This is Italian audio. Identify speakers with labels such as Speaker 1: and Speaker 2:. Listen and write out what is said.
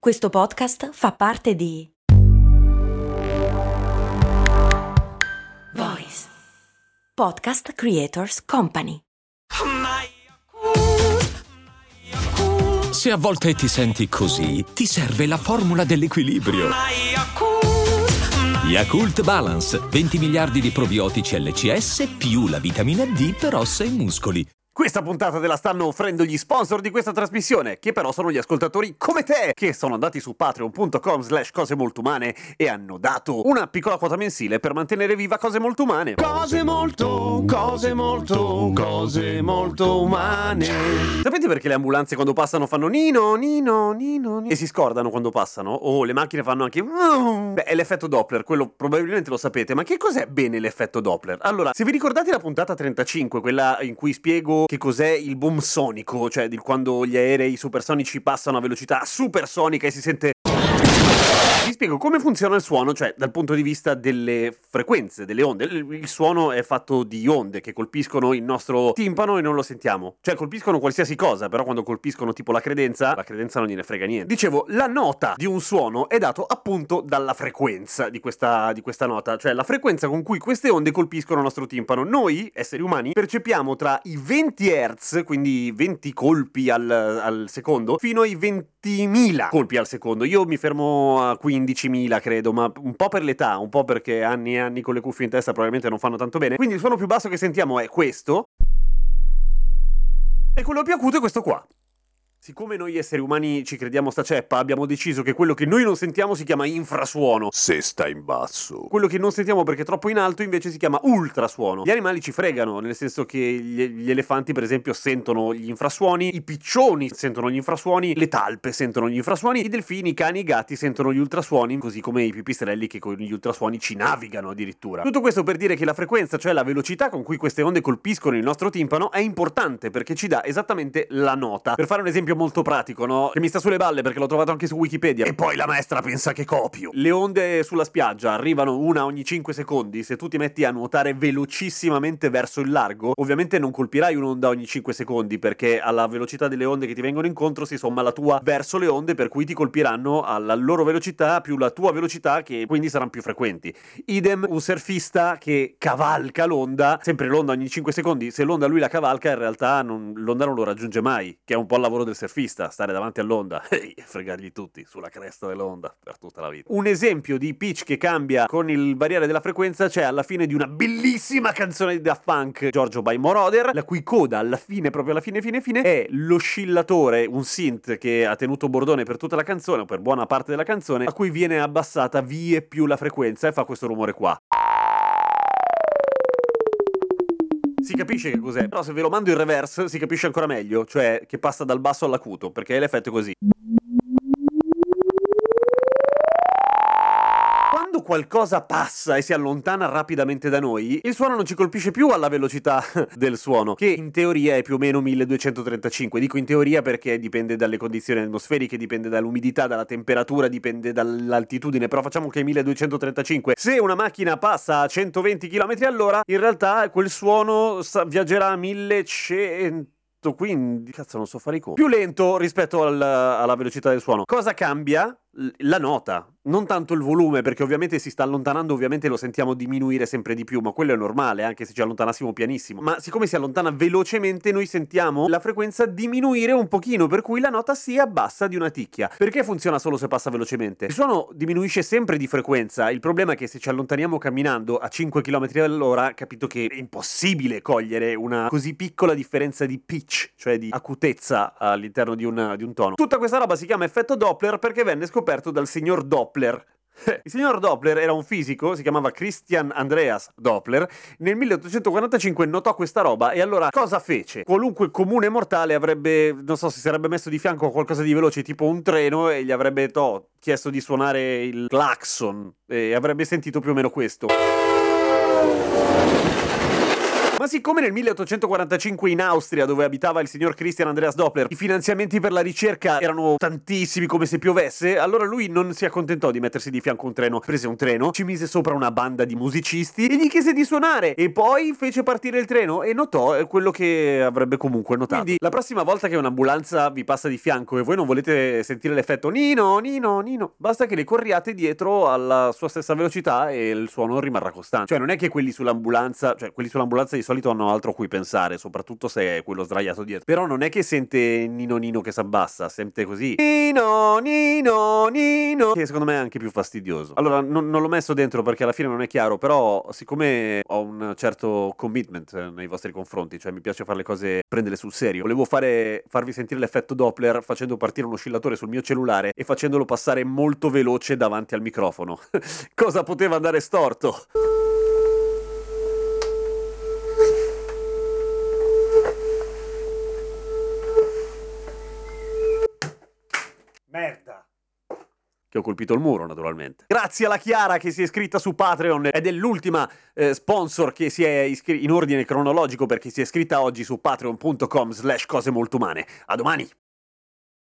Speaker 1: Questo podcast fa parte di Voice Podcast Creators Company.
Speaker 2: Se a volte ti senti così, ti serve la formula dell'equilibrio. Yakult Balance, 20 miliardi di probiotici LCS più la vitamina D per ossa e muscoli.
Speaker 3: Questa puntata te la stanno offrendo gli sponsor di questa trasmissione, che però sono gli ascoltatori come te, che sono andati su patreon.com/cose molto umane e hanno dato una piccola quota mensile per mantenere viva Cose molto umane. Cose molto umane. Sapete perché le ambulanze quando passano fanno nino e si scordano quando passano? O le macchine fanno anche Beh, è l'effetto Doppler, quello probabilmente lo sapete, ma che cos'è bene l'effetto Doppler? Allora, se vi ricordate la puntata 35, quella in cui spiego che cos'è il boom sonico, cioè di quando gli aerei supersonici passano a velocità supersonica e si sente... Vi spiego come funziona il suono, cioè dal punto di vista delle frequenze, delle onde. Il suono è fatto di onde che colpiscono il nostro timpano e non lo sentiamo. Cioè colpiscono qualsiasi cosa, però quando colpiscono tipo la credenza non gliene frega niente. Dicevo, la nota di un suono è dato appunto dalla frequenza di questa nota, cioè la frequenza con cui queste onde colpiscono il nostro timpano. Noi, esseri umani, percepiamo tra i 20 Hz, quindi 20 colpi al secondo, fino ai 20.000 colpi al secondo. Io mi fermo a 15.000 credo, ma un po' per l'età, un po' perché anni e anni con le cuffie in testa probabilmente non fanno tanto bene. Quindi il suono più basso che sentiamo è questo, e quello più acuto è questo qua. Siccome noi esseri umani ci crediamo sta ceppa, abbiamo deciso che quello che noi non sentiamo si chiama infrasuono, se sta in basso. Quello che non sentiamo perché è troppo in alto invece si chiama ultrasuono. Gli animali ci fregano, nel senso che gli elefanti per esempio sentono gli infrasuoni, i piccioni sentono gli infrasuoni, le talpe sentono gli infrasuoni, i delfini, i cani, i gatti sentono gli ultrasuoni, così come i pipistrelli che con gli ultrasuoni ci navigano addirittura. Tutto questo per dire che la frequenza, cioè la velocità con cui queste onde colpiscono il nostro timpano, è importante perché ci dà esattamente la nota. Per fare un esempio molto pratico, no? Che mi sta sulle balle perché l'ho trovato anche su Wikipedia. E poi la maestra pensa che copio. Le onde sulla spiaggia arrivano una ogni 5 secondi. Se tu ti metti a nuotare velocissimamente verso il largo, ovviamente non colpirai un'onda ogni 5 secondi, perché alla velocità delle onde che ti vengono incontro si somma la tua verso le onde, per cui ti colpiranno alla loro velocità più la tua velocità, che quindi saranno più frequenti. Idem un surfista che cavalca l'onda, sempre l'onda ogni 5 secondi. Se l'onda lui la cavalca, in realtà l'onda non lo raggiunge mai, che è un po' il lavoro del surfista, stare davanti all'onda e fregargli tutti sulla cresta dell'onda per tutta la vita. Un esempio di pitch che cambia con il variare della frequenza c'è alla fine di una bellissima canzone di Daft Punk, Giorgio by Moroder, la cui coda alla fine, proprio alla fine, è l'oscillatore, un synth che ha tenuto bordone per tutta la canzone, o per buona parte della canzone, a cui viene abbassata vie più la frequenza e fa questo rumore qua. Si capisce che cos'è, però se ve lo mando in reverse si capisce ancora meglio, cioè che passa dal basso all'acuto, perché l'effetto è così. Quando qualcosa passa e si allontana rapidamente da noi, il suono non ci colpisce più alla velocità del suono, che in teoria è più o meno 1235. Dico in teoria perché dipende dalle condizioni atmosferiche, dipende dall'umidità, dalla temperatura, dipende dall'altitudine, però facciamo che è 1235. Se una macchina passa a 120 km all'ora, in realtà quel suono viaggerà a 1100. Quindi, cazzo, non so fare i conti. Più lento rispetto alla velocità del suono. Cosa cambia? La nota, non tanto il volume, perché ovviamente si sta allontanando, ovviamente lo sentiamo diminuire sempre di più, ma quello è normale, anche se ci allontanassimo pianissimo. Ma siccome si allontana velocemente, noi sentiamo la frequenza diminuire un pochino, per cui la nota si abbassa di una ticchia. Perché funziona solo se passa velocemente? Il suono diminuisce sempre di frequenza, il problema è che se ci allontaniamo camminando a 5 km all'ora, capito che è impossibile cogliere una così piccola differenza di pitch, cioè di acutezza all'interno di un tono. Tutta questa roba si chiama effetto Doppler perché venne scoperto dal signor Doppler. Il signor Doppler era un fisico, si chiamava Christian Andreas Doppler. Nel 1845 notò questa roba e allora cosa fece? Qualunque comune mortale avrebbe, non so, si sarebbe messo di fianco a qualcosa di veloce tipo un treno e gli avrebbe chiesto di suonare il clacson e avrebbe sentito più o meno questo. Ma siccome nel 1845 in Austria, dove abitava il signor Christian Andreas Doppler, i finanziamenti per la ricerca erano tantissimi come se piovesse, allora lui non si accontentò di mettersi di fianco a un treno, prese un treno, ci mise sopra una banda di musicisti e gli chiese di suonare, e poi fece partire il treno e notò quello che avrebbe comunque notato. Quindi la prossima volta che un'ambulanza vi passa di fianco e voi non volete sentire l'effetto Nino, Nino, Nino, basta che le corriate dietro alla sua stessa velocità e il suono rimarrà costante. Cioè non è che quelli sull'ambulanza di solito hanno altro a cui pensare, soprattutto se è quello sdraiato dietro. Però non è che sente Nino Nino che s'abbassa, sente così Nino, Nino, Nino, che secondo me è anche più fastidioso. Allora non l'ho messo dentro perché alla fine non è chiaro, però siccome ho un certo commitment nei vostri confronti, cioè mi piace fare le cose, prenderle sul serio, volevo farvi sentire l'effetto Doppler facendo partire un oscillatore sul mio cellulare e facendolo passare molto veloce davanti al microfono. Cosa poteva andare storto? Merda. Che ho colpito il muro, naturalmente. Grazie alla Chiara che si è iscritta su Patreon ed è l'ultima sponsor che si è iscritta in ordine cronologico, perché si è iscritta oggi su patreon.com/cosemoltumane. A domani!